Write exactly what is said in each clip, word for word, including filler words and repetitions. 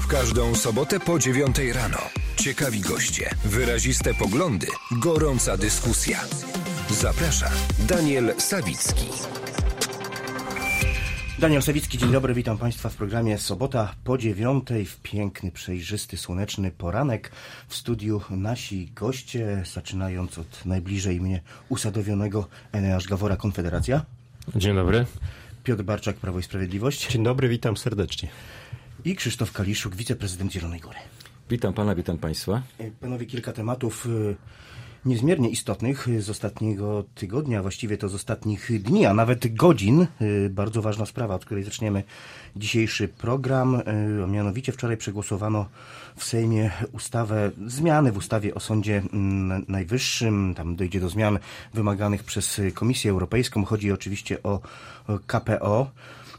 W każdą sobotę po dziewiątej rano. Ciekawi goście, wyraziste poglądy, gorąca dyskusja. Zaprasza Daniel Sawicki. Daniel Sawicki, dzień dobry, witam Państwa w programie Sobota po dziewiątej w piękny, przejrzysty, słoneczny poranek. W studiu nasi goście, zaczynając od najbliżej mnie usadowionego Eneasz Gawora, Konfederacja. Dzień dobry. Piotr Barczak, Prawo i Sprawiedliwość. Dzień dobry, witam serdecznie. I Krzysztof Kaliszuk, wiceprezydent Zielonej Góry. Witam Pana, witam Państwa. Panowie, kilka tematów niezmiernie istotnych z ostatniego tygodnia, właściwie to z ostatnich dni, a nawet godzin. Bardzo ważna sprawa, od której zaczniemy dzisiejszy program. A mianowicie wczoraj przegłosowano w Sejmie ustawę, zmiany w ustawie o Sądzie Najwyższym. Tam dojdzie do zmian wymaganych przez Komisję Europejską. Chodzi oczywiście o K P O.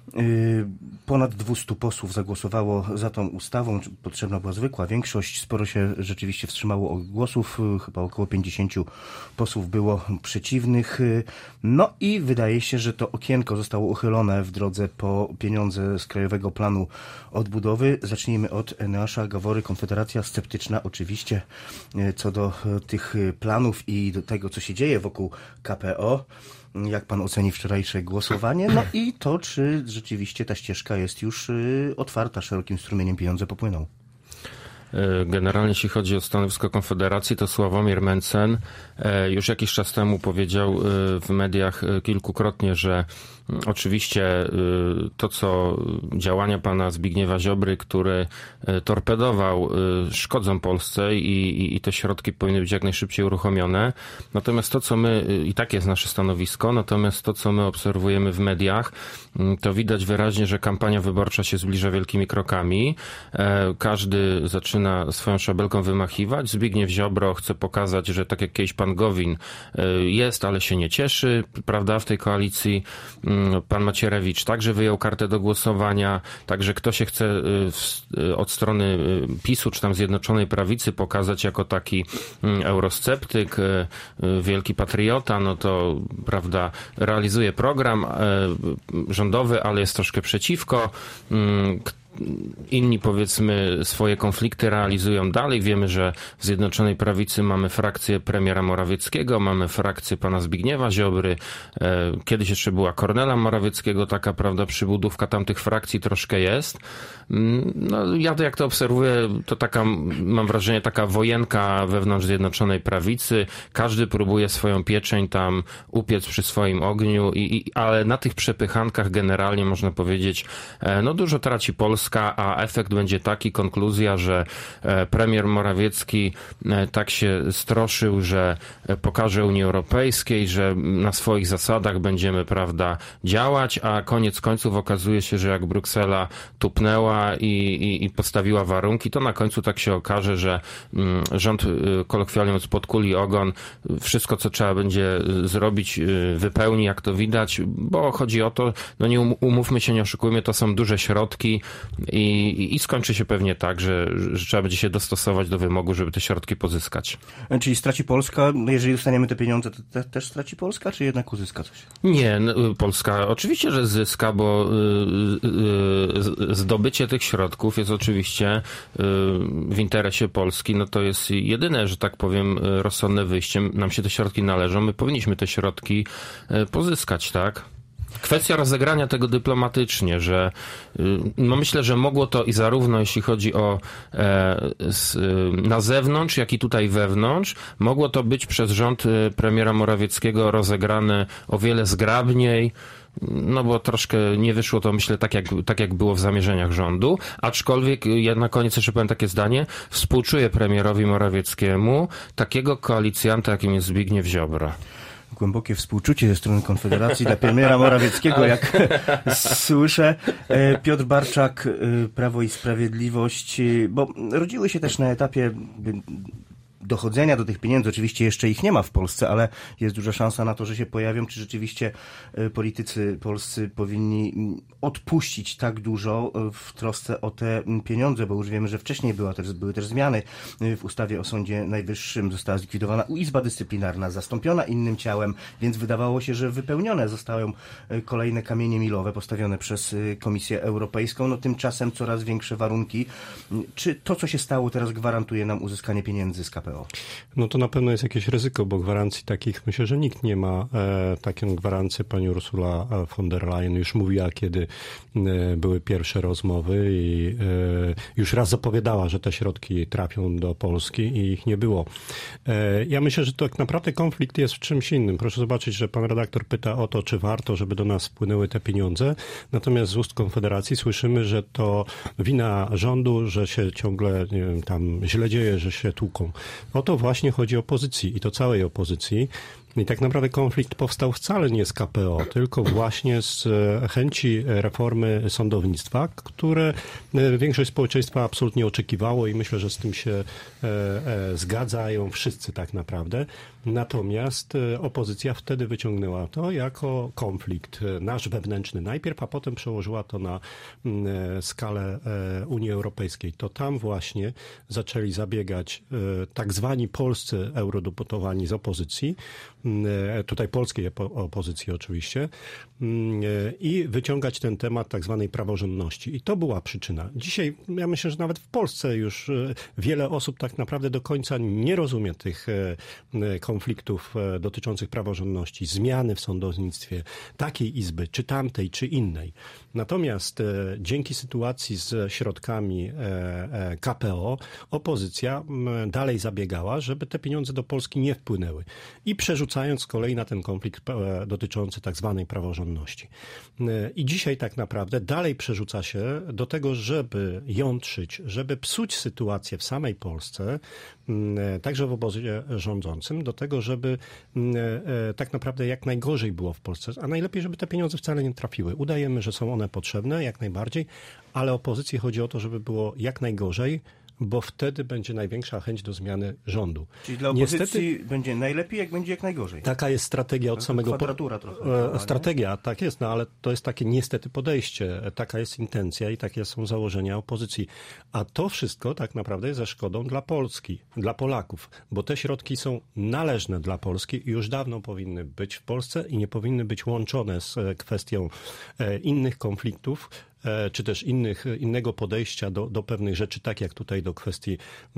Ponad dwieście posłów zagłosowało za tą ustawą. Potrzebna była zwykła większość. Sporo się rzeczywiście wstrzymało od głosów. Chyba około pięćdziesięciu posłów było przeciwnych. No i wydaje się, że to okienko zostało uchylone w drodze po pieniądze z Krajowego Planu Odbudowy. Zacznijmy od Eneasza Gawory. Konfederacja sceptyczna oczywiście co do tych planów i do tego, co się dzieje wokół K P O. Jak pan oceni wczorajsze głosowanie? No i to, czy rzeczywiście ta ścieżka jest już otwarta, szerokim strumieniem pieniądze popłyną? Generalnie jeśli chodzi o stanowisko Konfederacji, to Sławomir Mencen już jakiś czas temu powiedział w mediach kilkukrotnie, że oczywiście to, co działania pana Zbigniewa Ziobry, który torpedował, szkodzą Polsce i, i, i te środki powinny być jak najszybciej uruchomione. Natomiast to, co my, i takie jest nasze stanowisko, natomiast to, co my obserwujemy w mediach, to widać wyraźnie, że kampania wyborcza się zbliża wielkimi krokami. Każdy zaczyna swoją szabelką wymachiwać. Zbigniew Ziobro chce pokazać, że tak jak kiedyś pan Gowin jest, ale się nie cieszy, prawda, w tej koalicji. Pan Macierewicz także wyjął kartę do głosowania, także kto się chce od strony PiSu czy tam Zjednoczonej Prawicy pokazać jako taki eurosceptyk, wielki patriota, no to prawda, realizuje program rządowy, ale jest troszkę przeciwko. Inni, powiedzmy, swoje konflikty realizują dalej. Wiemy, że w Zjednoczonej Prawicy mamy frakcję premiera Morawieckiego, mamy frakcję pana Zbigniewa Ziobry. Kiedyś jeszcze była Kornela Morawieckiego, taka, prawda, przybudówka tamtych frakcji troszkę jest. No, ja to jak to obserwuję, to taka, mam wrażenie, taka wojenka wewnątrz Zjednoczonej Prawicy. Każdy próbuje swoją pieczeń tam upiec przy swoim ogniu, i, i, ale na tych przepychankach generalnie można powiedzieć, no dużo traci Polska, a efekt będzie taki, konkluzja, że premier Morawiecki tak się stroszył, że pokaże Unii Europejskiej, że na swoich zasadach będziemy, prawda, działać, a koniec końców okazuje się, że jak Bruksela tupnęła i, i, i postawiła warunki, to na końcu tak się okaże, że rząd, kolokwialnie mówiąc, podkuli ogon, wszystko, co trzeba będzie zrobić, wypełni, jak to widać, bo chodzi o to, no nie umówmy się, nie oszukujmy, to są duże środki, I, i skończy się pewnie tak, że, że trzeba będzie się dostosować do wymogu, żeby te środki pozyskać. Czyli straci Polska, no jeżeli dostaniemy te pieniądze, to te, też straci Polska, czy jednak uzyska coś? Nie, no, Polska oczywiście, że zyska, bo y, y, zdobycie tych środków jest oczywiście y, w interesie Polski. No to jest jedyne, że tak powiem, rozsądne wyjście. Nam się te środki należą, my powinniśmy te środki y, pozyskać, tak? Kwestia rozegrania tego dyplomatycznie, że no myślę, że mogło to i zarówno jeśli chodzi o e, z, na zewnątrz, jak i tutaj wewnątrz, mogło to być przez rząd premiera Morawieckiego rozegrane o wiele zgrabniej, no bo troszkę nie wyszło to, myślę, tak jak, tak jak było w zamierzeniach rządu, aczkolwiek ja na koniec jeszcze powiem takie zdanie, współczuję premierowi Morawieckiemu takiego koalicjanta, jakim jest Zbigniew Ziobro. Głębokie współczucie ze strony Konfederacji dla premiera Morawieckiego, jak słyszę. Piotr Barczak, Prawo i Sprawiedliwość, bo rodziły się też na etapie dochodzenia do tych pieniędzy. Oczywiście jeszcze ich nie ma w Polsce, ale jest duża szansa na to, że się pojawią. Czy rzeczywiście politycy polscy powinni odpuścić tak dużo w trosce o te pieniądze, bo już wiemy, że wcześniej była też, były też zmiany w ustawie o Sądzie Najwyższym. Została zlikwidowana Izba Dyscyplinarna, zastąpiona innym ciałem, więc wydawało się, że wypełnione zostają kolejne kamienie milowe postawione przez Komisję Europejską. No tymczasem coraz większe warunki. Czy to, co się stało teraz, gwarantuje nam uzyskanie pieniędzy z K P O? No to na pewno jest jakieś ryzyko, bo gwarancji takich myślę, że nikt nie ma. E, taką gwarancję pani Ursula von der Leyen już mówiła, kiedy e, były pierwsze rozmowy i e, już raz zapowiadała, że te środki trafią do Polski i ich nie było. E, ja myślę, że tak naprawdę konflikt jest w czymś innym. Proszę zobaczyć, że pan redaktor pyta o to, czy warto, żeby do nas wpłynęły te pieniądze. Natomiast z ust Konfederacji słyszymy, że to wina rządu, że się ciągle nie wiem, tam źle dzieje, że się tłuką. O to właśnie chodzi opozycji i to całej opozycji. I tak naprawdę konflikt powstał wcale nie z K P O, tylko właśnie z chęci reformy sądownictwa, które większość społeczeństwa absolutnie oczekiwało i myślę, że z tym się zgadzają wszyscy tak naprawdę. Natomiast opozycja wtedy wyciągnęła to jako konflikt nasz wewnętrzny najpierw, a potem przełożyła to na skalę Unii Europejskiej. To tam właśnie zaczęli zabiegać tak zwani polscy eurodeputowani z opozycji, tutaj polskiej opozycji oczywiście, i wyciągać ten temat tak zwanej praworządności. I to była przyczyna. Dzisiaj ja myślę, że nawet w Polsce już wiele osób tak naprawdę do końca nie rozumie tych konfliktów dotyczących praworządności, zmiany w sądownictwie, takiej izby, czy tamtej, czy innej. Natomiast dzięki sytuacji z środkami K P O opozycja dalej zabiegała, żeby te pieniądze do Polski nie wpłynęły. I przerzucając z kolei na ten konflikt dotyczący tak zwanej praworządności. I dzisiaj tak naprawdę dalej przerzuca się do tego, żeby jątrzyć, żeby psuć sytuację w samej Polsce, także w obozie rządzącym, do tego, żeby tak naprawdę jak najgorzej było w Polsce, a najlepiej, żeby te pieniądze wcale nie trafiły. Udajemy, że są one potrzebne, jak najbardziej, ale opozycji chodzi o to, żeby było jak najgorzej, bo wtedy będzie największa chęć do zmiany rządu. Czyli dla opozycji Niestety, będzie najlepiej, jak będzie jak najgorzej. Taka jest strategia od samego... Kwadratura trochę. E, strategia, tak jest, no ale to jest takie niestety podejście. Taka jest intencja i takie są założenia opozycji. A to wszystko tak naprawdę jest ze szkodą dla Polski, dla Polaków, bo te środki są należne dla Polski i już dawno powinny być w Polsce i nie powinny być łączone z kwestią innych konfliktów, czy też innych, innego podejścia do, do pewnych rzeczy, tak jak tutaj do kwestii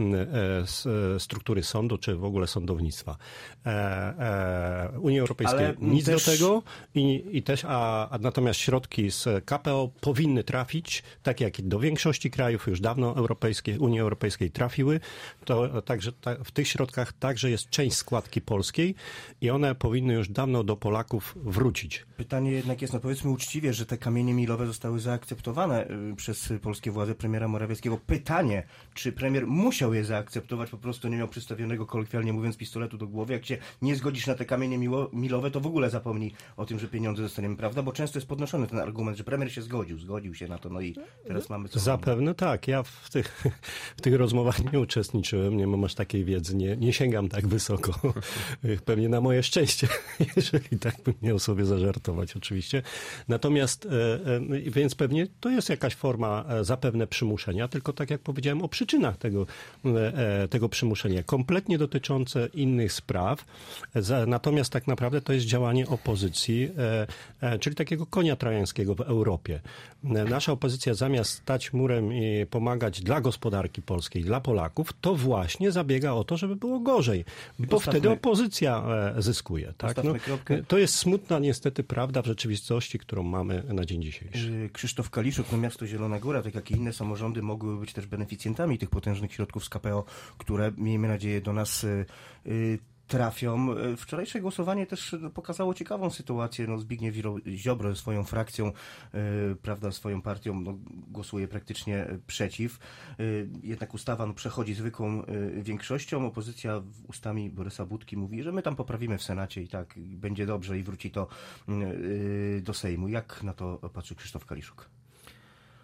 e, struktury sądu, czy w ogóle sądownictwa. E, e, Unii Europejskiej Ale nic też... do tego i, i też, a, a natomiast środki z K P O powinny trafić, tak jak do większości krajów już dawno europejskiej, Unii Europejskiej trafiły, to także ta, w tych środkach także jest część składki polskiej i one powinny już dawno do Polaków wrócić. Pytanie jednak jest, no powiedzmy uczciwie, że te kamienie milowe zostały zaakceptowane akceptowane przez polskie władze premiera Morawieckiego. Pytanie, czy premier musiał je zaakceptować, po prostu nie miał przystawionego, kolokwialnie mówiąc, pistoletu do głowy. Jak się nie zgodzisz na te kamienie miło, milowe, to w ogóle zapomnij o tym, że pieniądze dostaniemy, prawda? Bo często jest podnoszony ten argument, że premier się zgodził, zgodził się na to, no i teraz mamy co. Zapewne tak. Ja w tych, w tych rozmowach nie uczestniczyłem, nie mam aż takiej wiedzy, nie, nie sięgam tak wysoko. Pewnie na moje szczęście, jeżeli tak bym miał sobie zażartować oczywiście. Natomiast, więc pewnie to jest jakaś forma zapewne przymuszenia, tylko tak jak powiedziałem o przyczynach tego, tego przymuszenia, kompletnie dotyczące innych spraw, natomiast tak naprawdę to jest działanie opozycji, czyli takiego konia trojańskiego w Europie. Nasza opozycja zamiast stać murem i pomagać dla gospodarki polskiej, dla Polaków, to właśnie zabiega o to, żeby było gorzej, bo Postawmy. wtedy opozycja zyskuje. Tak? No, to jest smutna niestety prawda w rzeczywistości, którą mamy na dzień dzisiejszy. Krzysztof Kaliszuk, no miasto Zielona Góra, tak jak i inne samorządy, mogły być też beneficjentami tych potężnych środków z K P O, które, miejmy nadzieję, do nas y, y, trafią. Wczorajsze głosowanie też pokazało ciekawą sytuację. No, Zbigniew Ziobro swoją frakcją, yy, prawda, swoją partią no, głosuje praktycznie przeciw. Yy, jednak ustawa no, przechodzi zwykłą yy, większością. Opozycja ustami Borysa Budki mówi, że my tam poprawimy w Senacie i tak będzie dobrze i wróci to yy, do Sejmu. Jak na to patrzy Krzysztof Kaliszuk?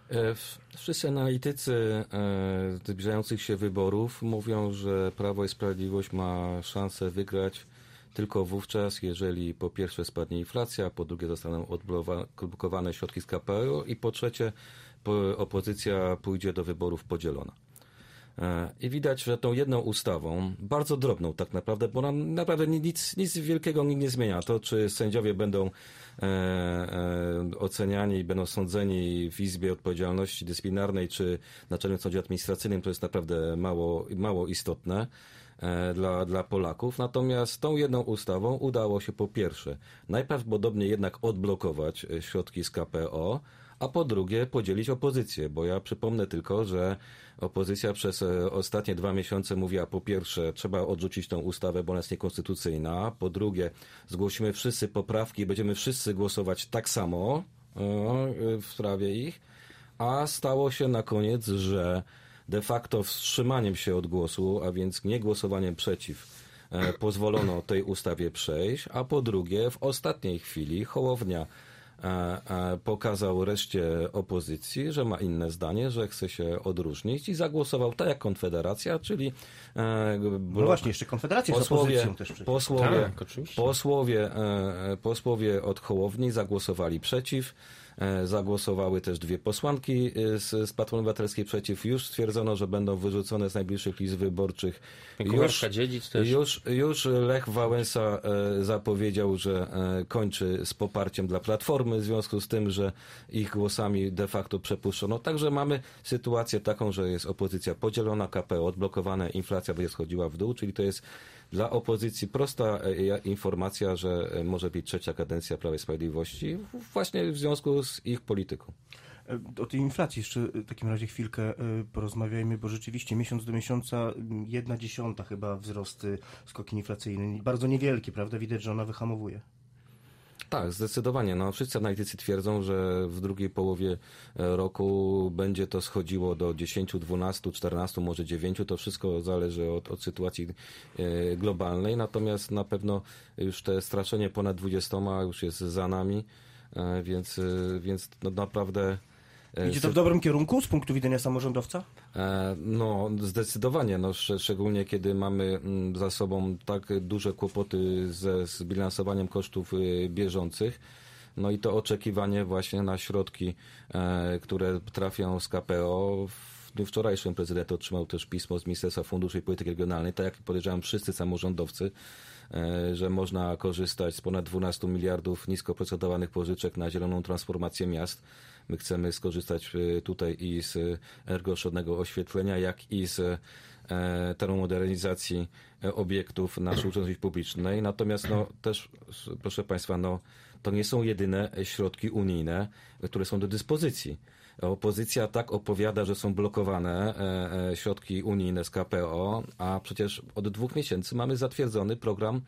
Wszyscy analitycy zbliżających się wyborów mówią, że Prawo i Sprawiedliwość ma szansę wygrać tylko wówczas, jeżeli po pierwsze spadnie inflacja, po drugie zostaną odblokowane środki z K P O i po trzecie opozycja pójdzie do wyborów podzielona. I widać, że tą jedną ustawą, bardzo drobną tak naprawdę, bo nam naprawdę nic, nic wielkiego nie zmienia. To, czy sędziowie będą e, e, oceniani i będą sądzeni w Izbie Odpowiedzialności Dyscyplinarnej, czy Naczelnym Sądzie Administracyjnym, to jest naprawdę mało, mało istotne e, dla, dla Polaków. Natomiast tą jedną ustawą udało się po pierwsze najprawdopodobniej jednak odblokować środki z K P O, a po drugie podzielić opozycję, bo ja przypomnę tylko, że opozycja przez ostatnie dwa miesiące mówiła, po pierwsze, trzeba odrzucić tę ustawę, bo ona jest niekonstytucyjna, po drugie, zgłosimy wszyscy poprawki i będziemy wszyscy głosować tak samo w sprawie ich, a stało się na koniec, że de facto wstrzymaniem się od głosu, a więc nie głosowaniem przeciw, pozwolono tej ustawie przejść, a po drugie, w ostatniej chwili Hołownia pokazał reszcie opozycji, że ma inne zdanie, że chce się odróżnić i zagłosował tak jak Konfederacja, czyli no właśnie, jeszcze Konfederacja posłowie, z opozycją też przecież. Posłowie, tak, posłowie, posłowie od Hołowni zagłosowali przeciw. Zagłosowały też dwie posłanki z, z Platformy Obywatelskiej przeciw. Już stwierdzono, że będą wyrzucone z najbliższych list wyborczych. Już, Dziedzic też. Już, już Lech Wałęsa e, zapowiedział, że e, kończy z poparciem dla Platformy w związku z tym, że ich głosami de facto przepuszczono. Także mamy sytuację taką, że jest opozycja podzielona, K P O odblokowane, inflacja będzie schodziła w dół, czyli to jest dla opozycji prosta e, informacja, że może być trzecia kadencja Prawa i Sprawiedliwości właśnie w związku z ich polityką. O tej inflacji jeszcze w takim razie chwilkę porozmawiajmy, bo rzeczywiście miesiąc do miesiąca jedna dziesiąta chyba wzrost skoki inflacyjny. Bardzo niewielki, prawda? Widać, że ona wyhamowuje. Tak, zdecydowanie. No, wszyscy analitycy twierdzą, że w drugiej połowie roku będzie to schodziło do dziesięć, dwanaście, czternaście, może dziewięć. To wszystko zależy od, od sytuacji globalnej. Natomiast na pewno już te straszenie ponad dwudziestoma już jest za nami. Więc, więc no naprawdę... Idzie to w dobrym kierunku z punktu widzenia samorządowca? No, zdecydowanie. No, szczególnie kiedy mamy za sobą tak duże kłopoty ze zbilansowaniem kosztów bieżących. No i to oczekiwanie właśnie na środki, które trafią z K P O. W dniu wczorajszym prezydent otrzymał też pismo z Ministerstwa Funduszy i Polityki Regionalnej, tak jak podejrzewam wszyscy samorządowcy, że można korzystać z ponad dwunastu miliardów nisko procentowanych pożyczek na zieloną transformację miast. My chcemy skorzystać tutaj i z energoszczędnego oświetlenia, jak i z termomodernizacji obiektów naszej uczestności publicznej. Natomiast no, też, proszę Państwa, no, to nie są jedyne środki unijne, które są do dyspozycji. Opozycja tak opowiada, że są blokowane e, e, środki unijne z K P O, a przecież od dwóch miesięcy mamy zatwierdzony program,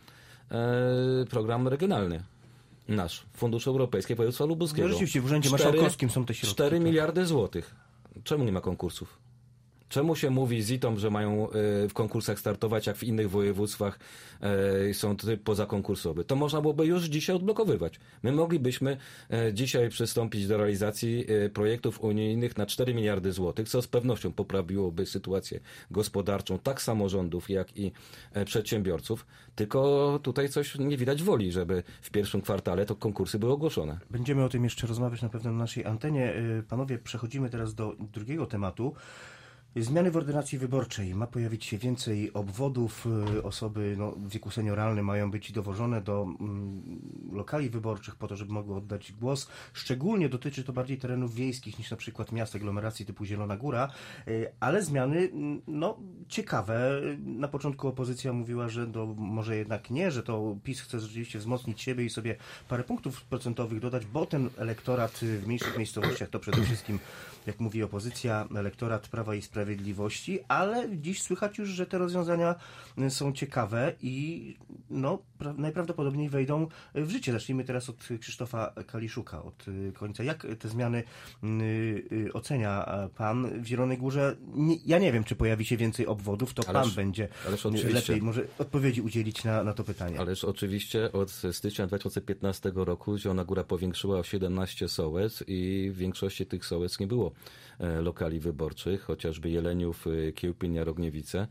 e, program regionalny. Nasz. Fundusz Europejski Województwa Lubuskiego. No rzeczywiście w Urzędzie Marszałkowskim są te środki. cztery miliardy złotych. Czemu nie ma konkursów? Czemu się mówi zitom, że mają w konkursach startować, jak w innych województwach są tryb pozakonkursowy? To można byłoby już dzisiaj odblokowywać. My moglibyśmy dzisiaj przystąpić do realizacji projektów unijnych na cztery miliardy złotych, co z pewnością poprawiłoby sytuację gospodarczą tak samorządów, jak i przedsiębiorców. Tylko tutaj coś nie widać woli, żeby w pierwszym kwartale to konkursy były ogłoszone. Będziemy o tym jeszcze rozmawiać na pewno na naszej antenie. Panowie, przechodzimy teraz do drugiego tematu. Zmiany w ordynacji wyborczej. Ma pojawić się więcej obwodów. Osoby no, w wieku senioralnym mają być dowożone do mm, lokali wyborczych po to, żeby mogły oddać głos. Szczególnie dotyczy to bardziej terenów wiejskich niż na przykład miast, aglomeracji typu Zielona Góra. Ale zmiany no, ciekawe. Na początku opozycja mówiła, że to może jednak nie, że to PiS chce rzeczywiście wzmocnić siebie i sobie parę punktów procentowych dodać, bo ten elektorat w mniejszych miejscowościach to przede wszystkim, jak mówi opozycja, elektorat Prawa i Sprawiedliwości. Sprawiedliwości, ale dziś słychać już, że te rozwiązania są ciekawe i no, pra- najprawdopodobniej wejdą w życie. Zacznijmy teraz od Krzysztofa Kaliszuka, od końca. Jak te zmiany y, y, ocenia pan w Zielonej Górze? Nie, ja nie wiem, czy pojawi się więcej obwodów, to ależ, pan będzie lepiej może odpowiedzi udzielić na, na to pytanie. Ależ oczywiście od stycznia dwa tysiące piętnastego roku Zielona Góra powiększyła o siedemnaście sołec i w większości tych sołec nie było lokali wyborczych, chociażby Jeleniów, Kiełpin, Jarogniewice.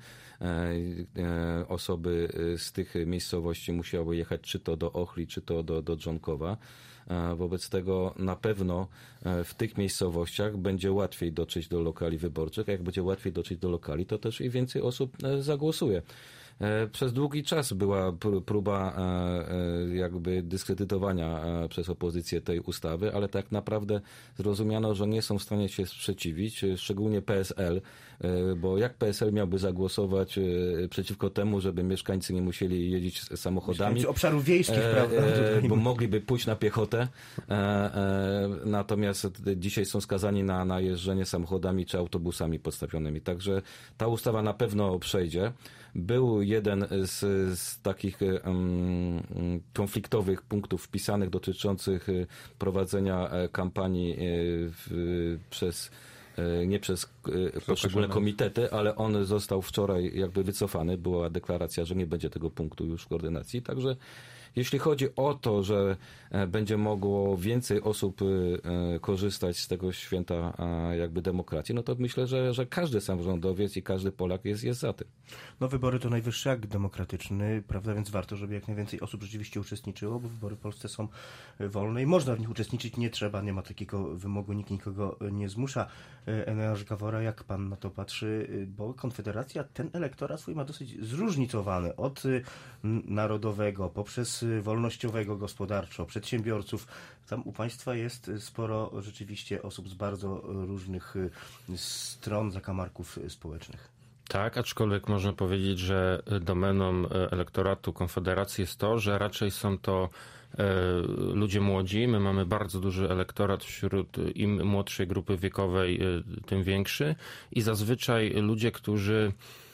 Osoby z tych miejscowości musiały jechać czy to do Ochli, czy to do, do Dżonkowa. Wobec tego na pewno w tych miejscowościach będzie łatwiej dotrzeć do lokali wyborczych, a jak będzie łatwiej dotrzeć do lokali, to też i więcej osób zagłosuje. Przez długi czas była próba jakby dyskredytowania przez opozycję tej ustawy, ale tak naprawdę zrozumiano, że nie są w stanie się sprzeciwić, szczególnie P S L, bo jak P S L miałby zagłosować przeciwko temu, żeby mieszkańcy nie musieli jeździć samochodami. Mieszkańcy obszarów wiejskich, e, prawda? E, bo mogliby pójść na piechotę, e, e, natomiast dzisiaj są skazani na, na jeżdżenie samochodami czy autobusami podstawionymi. Także ta ustawa na pewno przejdzie. Był jeden z, z takich um, konfliktowych punktów wpisanych dotyczących prowadzenia kampanii w, przez nie przez poszczególne komitety, ale on został wczoraj jakby wycofany. Była deklaracja, że nie będzie tego punktu już w koordynacji. Także jeśli chodzi o to, że będzie mogło więcej osób korzystać z tego święta jakby demokracji, no to myślę, że, że każdy samorządowiec i każdy Polak jest, jest za tym. No wybory to najwyższy akt demokratyczny, prawda, więc warto, żeby jak najwięcej osób rzeczywiście uczestniczyło, bo wybory w Polsce są wolne i można w nich uczestniczyć, nie trzeba, nie ma takiego wymogu, nikt nikogo nie zmusza. Eneasz Gawora, jak pan na to patrzy, bo Konfederacja ten elektorat swój ma dosyć zróżnicowany, od narodowego, poprzez wolnościowego gospodarczo, przedsiębiorców. Tam u państwa jest sporo rzeczywiście osób z bardzo różnych stron, zakamarków społecznych. Tak, aczkolwiek można powiedzieć, że domeną elektoratu Konfederacji jest to, że raczej są to ludzie młodzi. My mamy bardzo duży elektorat wśród im młodszej grupy wiekowej, tym większy i zazwyczaj ludzie, którzy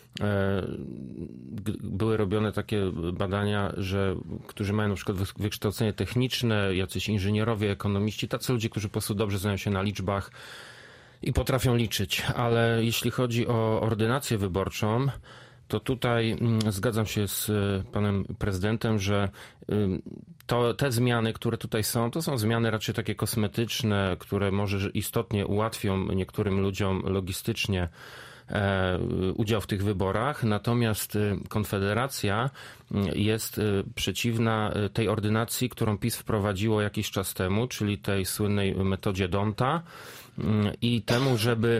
były robione takie badania, że którzy mają na przykład wykształcenie techniczne, jacyś inżynierowie, ekonomiści, tacy ludzie, którzy po prostu dobrze znają się na liczbach i potrafią liczyć. Ale jeśli chodzi o ordynację wyborczą, to tutaj zgadzam się z panem prezydentem, że to, te zmiany, które tutaj są, to są zmiany raczej takie kosmetyczne, które może istotnie ułatwią niektórym ludziom logistycznie udział w tych wyborach, natomiast Konfederacja jest przeciwna tej ordynacji, którą PiS wprowadziło jakiś czas temu, czyli tej słynnej metodzie D'Hondta i temu, żeby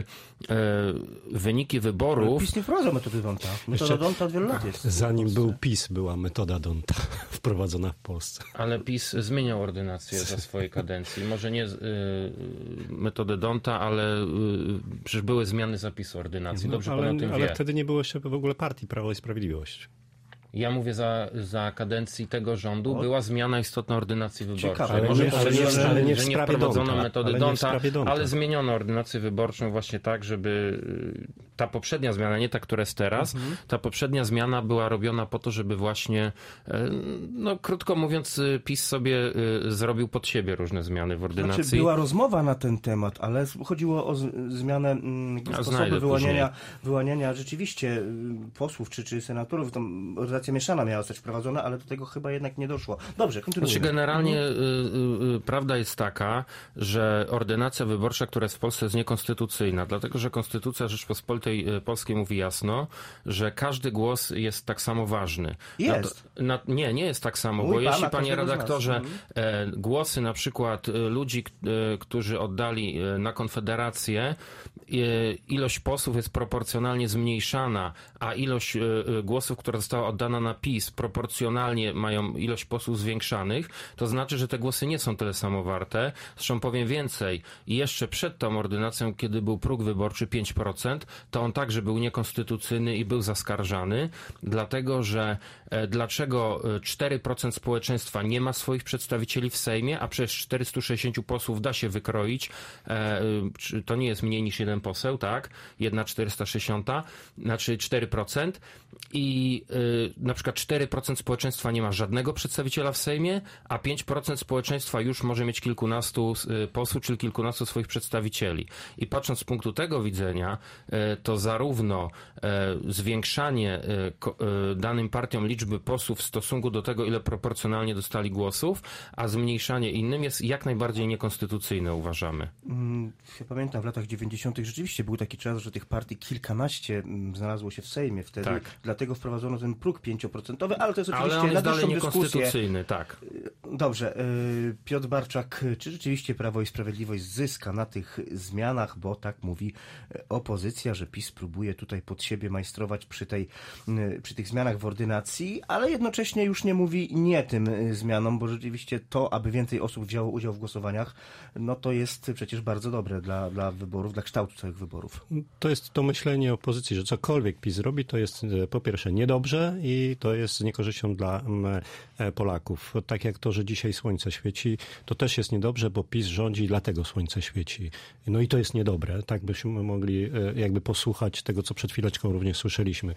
wyniki wyborów... Ale PiS nie wprowadza metody D'Hondta. Metoda D'Hondta od wielu lat jest. Zanim był PiS, była metoda D'Hondta wprowadzona w Polsce. Ale PiS zmieniał ordynację za swojej kadencji. Może nie y, metodę D'Hondta, ale y, przecież były zmiany zapisu ordynacji. Dobrze no, pan ale, o tym ale wie. wtedy nie było jeszcze w ogóle partii Prawo i Sprawiedliwość. Ja mówię za, za kadencji tego rządu, o. była zmiana istotna ordynacji wyborczej. Ciekawe, Może nie, powiedzieć, że, ale nie że nie wprowadzono metody D'Hondta, ale zmieniono ordynację wyborczą właśnie tak, żeby ta poprzednia zmiana, nie ta, która jest teraz, mhm. ta poprzednia zmiana była robiona po to, żeby właśnie, no krótko mówiąc, PiS sobie zrobił pod siebie różne zmiany w ordynacji. Znaczy, była rozmowa na ten temat, ale chodziło o z, zmianę ja sposobu wyłaniania, wyłaniania rzeczywiście posłów czy, czy senatorów. Tam ordynacja mieszana miała zostać wprowadzona, ale do tego chyba jednak nie doszło. Dobrze, kontynuujemy. Znaczy generalnie y, y, y, prawda jest taka, że ordynacja wyborcza, która jest w Polsce, jest niekonstytucyjna, dlatego że Konstytucja Rzeczpospolitej Polskiej mówi jasno, że każdy głos jest tak samo ważny. Jest. Na, na, nie, nie jest tak samo, Mój bo pana, jeśli, panie redaktorze, e, głosy na przykład ludzi, e, którzy oddali na Konfederację, e, ilość posłów jest proporcjonalnie zmniejszana, a ilość e, głosów, która została oddana na PiS, proporcjonalnie mają ilość posłów zwiększanych, to znaczy, że te głosy nie są tyle samo warte. Zresztą powiem więcej, jeszcze przed tą ordynacją, kiedy był próg wyborczy pięć procent, to on także był niekonstytucyjny i był zaskarżany, dlatego że e, dlaczego cztery procent społeczeństwa nie ma swoich przedstawicieli w Sejmie, a przez czterystu sześćdziesięciu posłów da się wykroić, e, to nie jest mniej niż jeden poseł, tak? Jedna czterysta sześćdziesiąta, znaczy cztery procent i na przykład cztery procent społeczeństwa nie ma żadnego przedstawiciela w Sejmie, a pięć procent społeczeństwa już może mieć kilkunastu posłów, czyli kilkunastu swoich przedstawicieli. I patrząc z punktu tego widzenia, to zarówno zwiększanie danym partiom liczby posłów w stosunku do tego, ile proporcjonalnie dostali głosów, a zmniejszanie innym jest jak najbardziej niekonstytucyjne, uważamy. Ja pamiętam, w latach dziewięćdziesiątych rzeczywiście był taki czas, że tych partii kilkanaście znalazło się w Sejmie wtedy. Tak. Dlatego wprowadzono ten próg pięcioprocentowy, ale to jest oczywiście ale on jest na dalej dłuższą niekonstytucyjny, tak. Dobrze. Piotr Barczak, czy rzeczywiście Prawo i Sprawiedliwość zyska na tych zmianach, bo tak mówi opozycja, że PiS próbuje tutaj pod siebie majstrować przy, tej, przy tych zmianach w ordynacji, ale jednocześnie już nie mówi nie tym zmianom, bo rzeczywiście to, aby więcej osób wzięło udział w głosowaniach, no to jest przecież bardzo dobre dla, dla wyborów, dla kształtu całych wyborów. To jest to myślenie opozycji, że cokolwiek PiS robi, to jest po pierwsze niedobrze i to jest z niekorzyścią dla Polaków. Tak jak to, że dzisiaj słońce świeci, to też jest niedobrze, bo PiS rządzi i dlatego słońce świeci. No i to jest niedobre. Tak byśmy mogli jakby posłuchać tego, co przed chwileczką również słyszeliśmy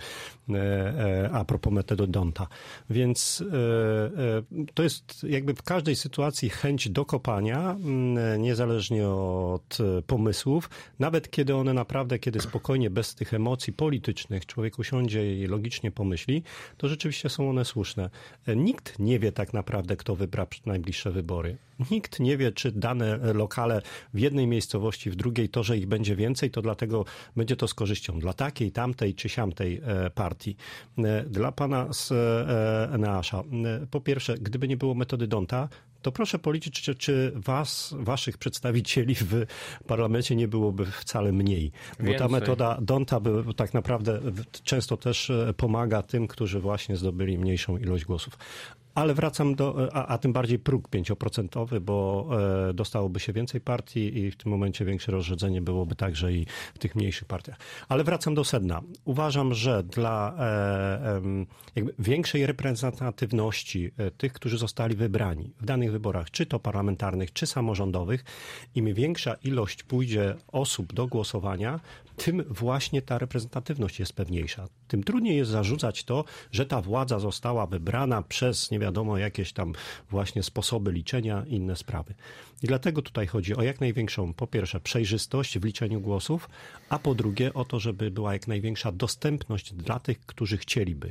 a propos metody Donta. Więc to jest jakby w każdej sytuacji chęć dokopania, niezależnie od pomysłów, nawet kiedy one naprawdę, kiedy spokojnie, bez tych emocji politycznych człowiek usiądzie i logicznie pomyśli, to rzeczywiście są one słuszne. Nikt nie wie tak naprawdę, kto wybra najbliższe wybory. Nikt nie wie, czy dane lokale w jednej miejscowości, w drugiej, to, że ich będzie więcej, to dlatego będzie to z korzyścią dla takiej, tamtej czy siamtej partii. Dla pana z Eneasza. Po pierwsze, gdyby nie było metody Donta, to proszę policzyć, czy, czy was, waszych przedstawicieli w parlamencie nie byłoby wcale mniej. Bo Więcej. Ta metoda Donta by tak naprawdę często też pomaga tym, którzy właśnie zdobyli mniejszą ilość głosów. Ale wracam do, a, a tym bardziej próg pięcioprocentowy, bo e, dostałoby się więcej partii i w tym momencie większe rozrzedzenie byłoby także i w tych mniejszych partiach. Ale wracam do sedna. Uważam, że dla e, e, jakby większej reprezentatywności e, tych, którzy zostali wybrani w danych wyborach, czy to parlamentarnych, czy samorządowych, im większa ilość pójdzie osób do głosowania, tym właśnie ta reprezentatywność jest pewniejsza. Tym trudniej jest zarzucać to, że ta władza została wybrana przez nie wiadomo jakieś tam właśnie sposoby liczenia i inne sprawy. I dlatego tutaj chodzi o jak największą, po pierwsze, przejrzystość w liczeniu głosów, a po drugie o to, żeby była jak największa dostępność dla tych, którzy chcieliby.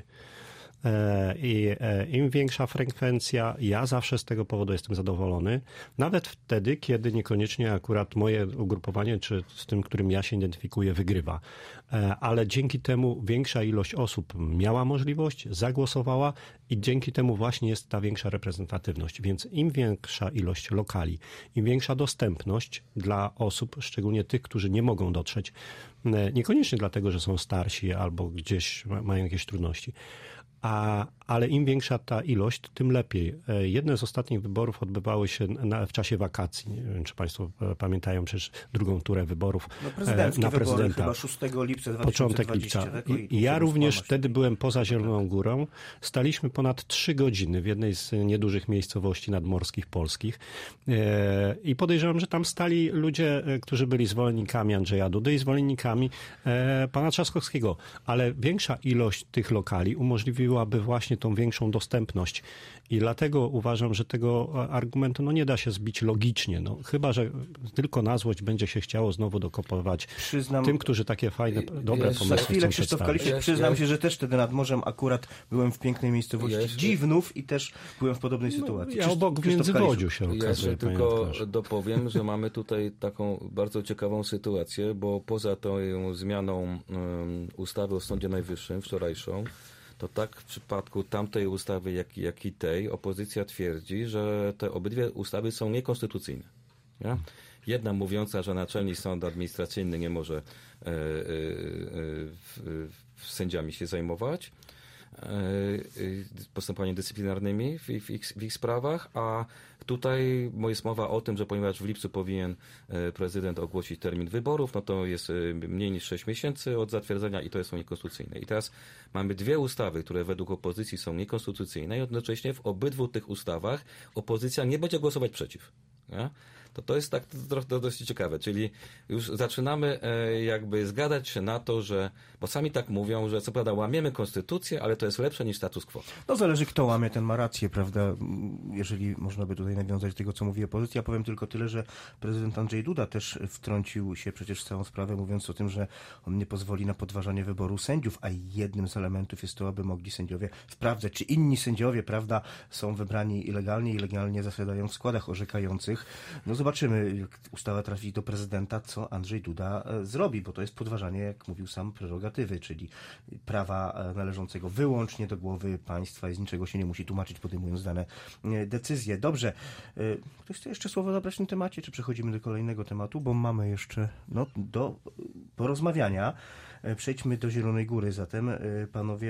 I im większa frekwencja, ja zawsze z tego powodu jestem zadowolony, nawet wtedy, kiedy niekoniecznie akurat moje ugrupowanie, czy z tym, którym ja się identyfikuję, wygrywa. Ale dzięki temu większa ilość osób miała możliwość, zagłosowała i dzięki temu właśnie jest ta większa reprezentatywność. Więc im większa ilość lokali, im większa dostępność dla osób, szczególnie tych, którzy nie mogą dotrzeć, niekoniecznie dlatego, że są starsi albo gdzieś mają jakieś trudności, A, ale im większa ta ilość, tym lepiej. Jedne z ostatnich wyborów odbywały się na, w czasie wakacji. Nie wiem, czy państwo pamiętają przecież drugą turę wyborów no, prezydenckie na prezydenta. Wybory, chyba szóstego lipca dwa tysiące dwudziestego. Początek lipca. I, i ja również wtedy byłem poza Zieloną Górą. Staliśmy ponad trzy godziny w jednej z niedużych miejscowości nadmorskich polskich. I podejrzewam, że tam stali ludzie, którzy byli zwolennikami Andrzeja Dudy i zwolennikami pana Trzaskowskiego. Ale większa ilość tych lokali umożliwiłaby właśnie tą większą dostępność. I dlatego uważam, że tego argumentu no, nie da się zbić logicznie. No, chyba że tylko na złość będzie się chciało znowu dokopować przyznam, tym, którzy takie fajne, dobre jest, pomysły za chwilę, Krzysztof Kalisz, przyznam się, że też wtedy nad morzem akurat byłem w pięknej miejscowości jest, Dziwnów i też byłem w podobnej no, sytuacji. Ja obok w Międzywodziu się okazuje. Ja tylko dopowiem, że mamy tutaj taką bardzo ciekawą sytuację, bo poza tą zmianą um, ustawy o Sądzie Najwyższym wczorajszą, to tak w przypadku tamtej ustawy, jak, jak i tej, opozycja twierdzi, że te obydwie ustawy są niekonstytucyjne. Nie? Jedna mówiąca, że Naczelny Sąd Administracyjny nie może e, e, e, sędziami się zajmować postępowaniami dyscyplinarnymi w, w, ich, w ich sprawach, a tutaj jest mowa o tym, że ponieważ w lipcu powinien prezydent ogłosić termin wyborów, no to jest mniej niż sześć miesięcy od zatwierdzenia i to są niekonstytucyjne. I teraz mamy dwie ustawy, które według opozycji są niekonstytucyjne i jednocześnie w obydwu tych ustawach opozycja nie będzie głosować przeciw. Nie? to to jest tak trochę dosyć ciekawe, czyli już zaczynamy jakby zgadzać się na to, że, bo sami tak mówią, że co prawda łamiemy konstytucję, ale to jest lepsze niż status quo. No zależy kto łamie, ten ma rację, prawda, jeżeli można by tutaj nawiązać do tego, co mówi opozycja. Powiem tylko tyle, że prezydent Andrzej Duda też wtrącił się przecież w całą sprawę, mówiąc o tym, że on nie pozwoli na podważanie wyboru sędziów, a jednym z elementów jest to, aby mogli sędziowie sprawdzać, czy inni sędziowie, prawda, są wybrani legalnie i legalnie zasiadają w składach orzekających. No zobaczymy, jak ustawa trafi do prezydenta, co Andrzej Duda zrobi, bo to jest podważanie, jak mówił sam, prerogatywy, czyli prawa należącego wyłącznie do głowy państwa i z niczego się nie musi tłumaczyć, podejmując dane decyzje. Dobrze. Ktoś chce jeszcze słowo zabrać w tym temacie, czy przechodzimy do kolejnego tematu, bo mamy jeszcze no, do porozmawiania. Przejdźmy do Zielonej Góry zatem, panowie,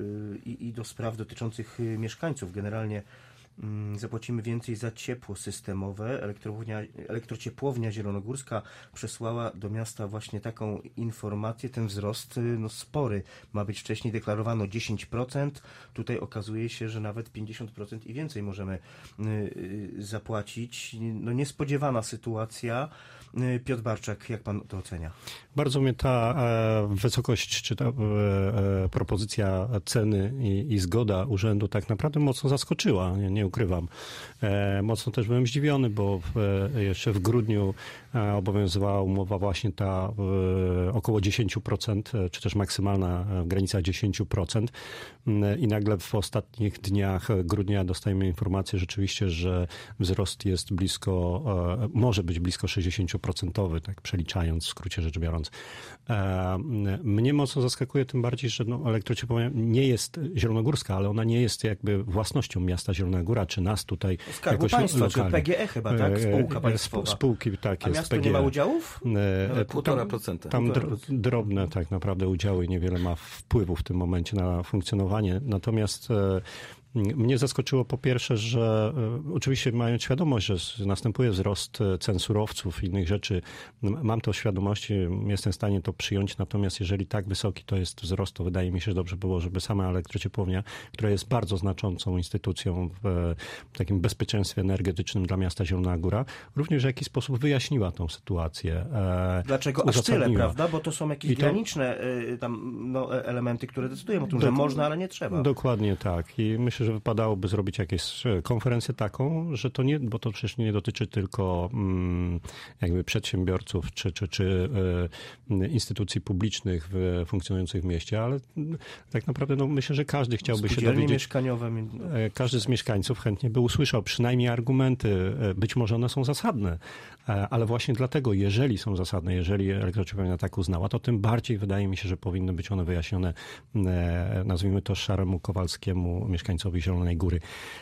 i, i do spraw dotyczących mieszkańców. Generalnie zapłacimy więcej za ciepło systemowe. Elektrownia, elektrociepłownia zielonogórska przesłała do miasta właśnie taką informację. Ten wzrost no, spory. Ma być wcześniej deklarowano dziesięć procent. Tutaj okazuje się, że nawet pięćdziesiąt procent i więcej możemy y, zapłacić. No, niespodziewana sytuacja. Piotr Barczak, jak pan to ocenia? Bardzo mnie ta e, wysokość, czy ta e, e, propozycja ceny i, i zgoda urzędu tak naprawdę mocno zaskoczyła, nie, nie ukrywam. E, mocno też byłem zdziwiony, bo w, e, jeszcze w grudniu e, obowiązywała umowa właśnie ta e, około dziesięć procent, czy też maksymalna granica dziesięć procent e, i nagle w ostatnich dniach grudnia dostajemy informację rzeczywiście, że wzrost jest blisko, e, może być blisko sześćdziesiąt procent, tak przeliczając, w skrócie rzecz biorąc. E, mnie mocno zaskakuje tym bardziej, że no, elektrociepłownia nie jest zielonogórska, ale ona nie jest jakby własnością miasta Zielona Góra, czy nas tutaj Skarbu jakoś Państwa, lokalnie. czy P G E chyba, tak? Spółka państwowa. Spółki, tak A jest. miasto P G E. nie ma udziałów? E, Półtora procenta. Tam dro, drobne tak naprawdę udziały i niewiele ma wpływu w tym momencie na funkcjonowanie. Natomiast e, mnie zaskoczyło po pierwsze, że e, oczywiście mając świadomość, że następuje wzrost cen surowców i innych rzeczy, mam to w świadomości, jestem w stanie to przyjąć, natomiast jeżeli tak wysoki to jest wzrost, to wydaje mi się, że dobrze było, żeby sama elektrociepłownia, która jest bardzo znaczącą instytucją w takim bezpieczeństwie energetycznym dla miasta Zielona Góra, również w jakiś sposób wyjaśniła tą sytuację. E, Dlaczego aż tyle, prawda? Bo to są jakieś to, graniczne y, tam, no, elementy, które decydują o tym, do, że można, ale nie trzeba. Dokładnie tak. I myślę, że wypadałoby zrobić jakąś konferencję taką, że to nie, bo to przecież nie dotyczy tylko mm, jakby przedsiębiorców czy, czy, czy y, instytucji publicznych w, funkcjonujących w mieście, ale tak naprawdę no, myślę, że każdy chciałby się dowiedzieć. Mieszkaniowe. Każdy z mieszkańców chętnie by usłyszał przynajmniej argumenty. Być może one są zasadne, ale właśnie dlatego, jeżeli są zasadne, jeżeli elektrociepłownia tak uznała, to tym bardziej wydaje mi się, że powinny być one wyjaśnione, nazwijmy to szaremu Kowalskiemu, mieszkańcowi Zielonej Góry.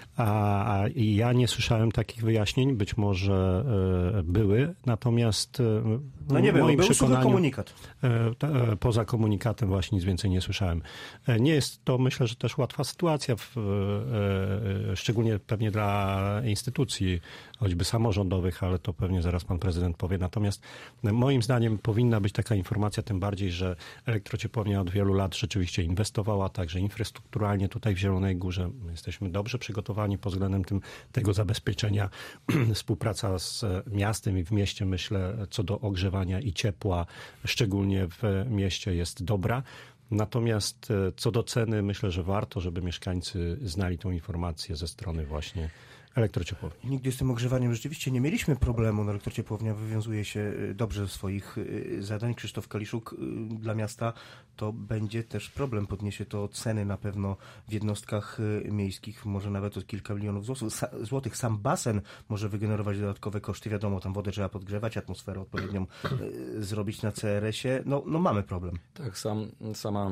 A ja nie słyszałem takich wyjaśnień, być może były, natomiast no nie w moim było, był przekonaniu, komunikat. Poza komunikatem właśnie nic więcej nie słyszałem. Nie jest to, myślę, że też łatwa sytuacja, w, szczególnie pewnie dla instytucji, choćby samorządowych, ale to pewnie zaraz pan prezydent powie. Natomiast moim zdaniem powinna być taka informacja, tym bardziej, że elektrociepłownia od wielu lat rzeczywiście inwestowała, także infrastrukturalnie tutaj w Zielonej Górze. My jesteśmy dobrze przygotowani pod względem tym, tego zabezpieczenia. Współpraca z miastem i w mieście, myślę, co do ogrzewania i ciepła, szczególnie w mieście, jest dobra. Natomiast co do ceny, myślę, że warto, żeby mieszkańcy znali tą informację ze strony właśnie elektrociepłowni. Nigdy z tym ogrzewaniem rzeczywiście nie mieliśmy problemu. No, elektrociepłownia wywiązuje się dobrze ze swoich zadań. Krzysztof Kaliszuk, dla miasta to będzie też problem. Podniesie to ceny na pewno w jednostkach miejskich, może nawet o kilka milionów złotych. Sam basen może wygenerować dodatkowe koszty. Wiadomo, tam wodę trzeba podgrzewać, atmosferę odpowiednią zrobić na C R S-ie. No, no mamy problem. Tak, sam, sama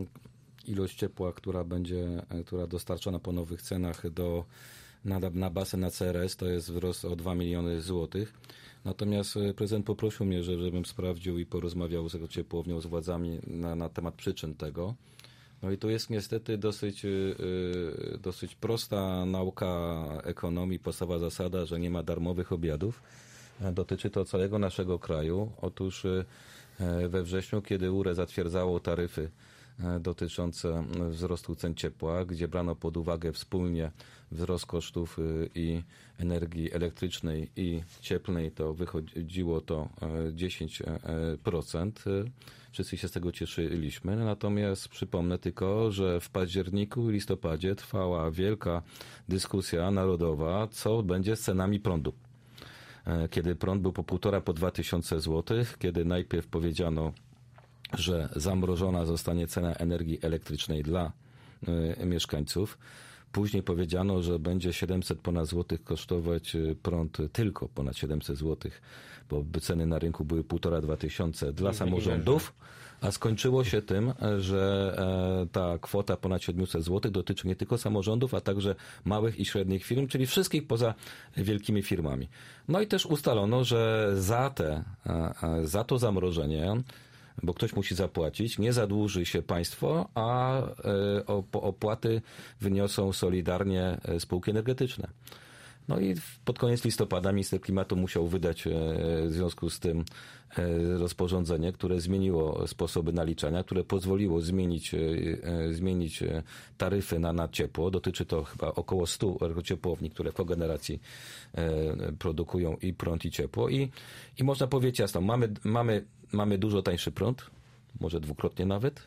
ilość ciepła, która będzie, która dostarczona po nowych cenach do Na, na basen, na C R S, to jest wzrost o dwa miliony złotych. Natomiast prezydent poprosił mnie, żebym sprawdził i porozmawiał z ciepłownią, z władzami na, na temat przyczyn tego. No i tu jest niestety dosyć, yy, dosyć prosta nauka ekonomii, podstawowa zasada, że nie ma darmowych obiadów. Dotyczy to całego naszego kraju. Otóż yy, we wrześniu, kiedy U R E zatwierdzało taryfy dotyczące wzrostu cen ciepła, gdzie brano pod uwagę wspólnie wzrost kosztów i energii elektrycznej i cieplnej, to wychodziło to dziesięć procent. Wszyscy się z tego cieszyliśmy. Natomiast przypomnę tylko, że w październiku i listopadzie trwała wielka dyskusja narodowa, co będzie z cenami prądu. Kiedy prąd był po półtora, po dwa tysiące złotych, kiedy najpierw powiedziano, że zamrożona zostanie cena energii elektrycznej dla y, mieszkańców. Później powiedziano, że będzie siedemset ponad złotych kosztować prąd, tylko ponad siedemset złotych, bo ceny na rynku były półtora, dwa tysiące dla samorządów, a skończyło się tym, że e, ta kwota ponad siedemset złotych dotyczy nie tylko samorządów, a także małych i średnich firm, czyli wszystkich poza wielkimi firmami. No i też ustalono, że za, te, e, za to zamrożenie, bo ktoś musi zapłacić, nie zadłuży się państwo, a opłaty wyniosą solidarnie spółki energetyczne. No i pod koniec listopada minister klimatu musiał wydać w związku z tym rozporządzenie, które zmieniło sposoby naliczania, które pozwoliło zmienić, zmienić taryfy na, na ciepło. Dotyczy to chyba około stu ciepłowni, które w kogeneracji produkują i prąd, i ciepło. I, i można powiedzieć jasno, mamy, mamy, mamy dużo tańszy prąd, może dwukrotnie nawet,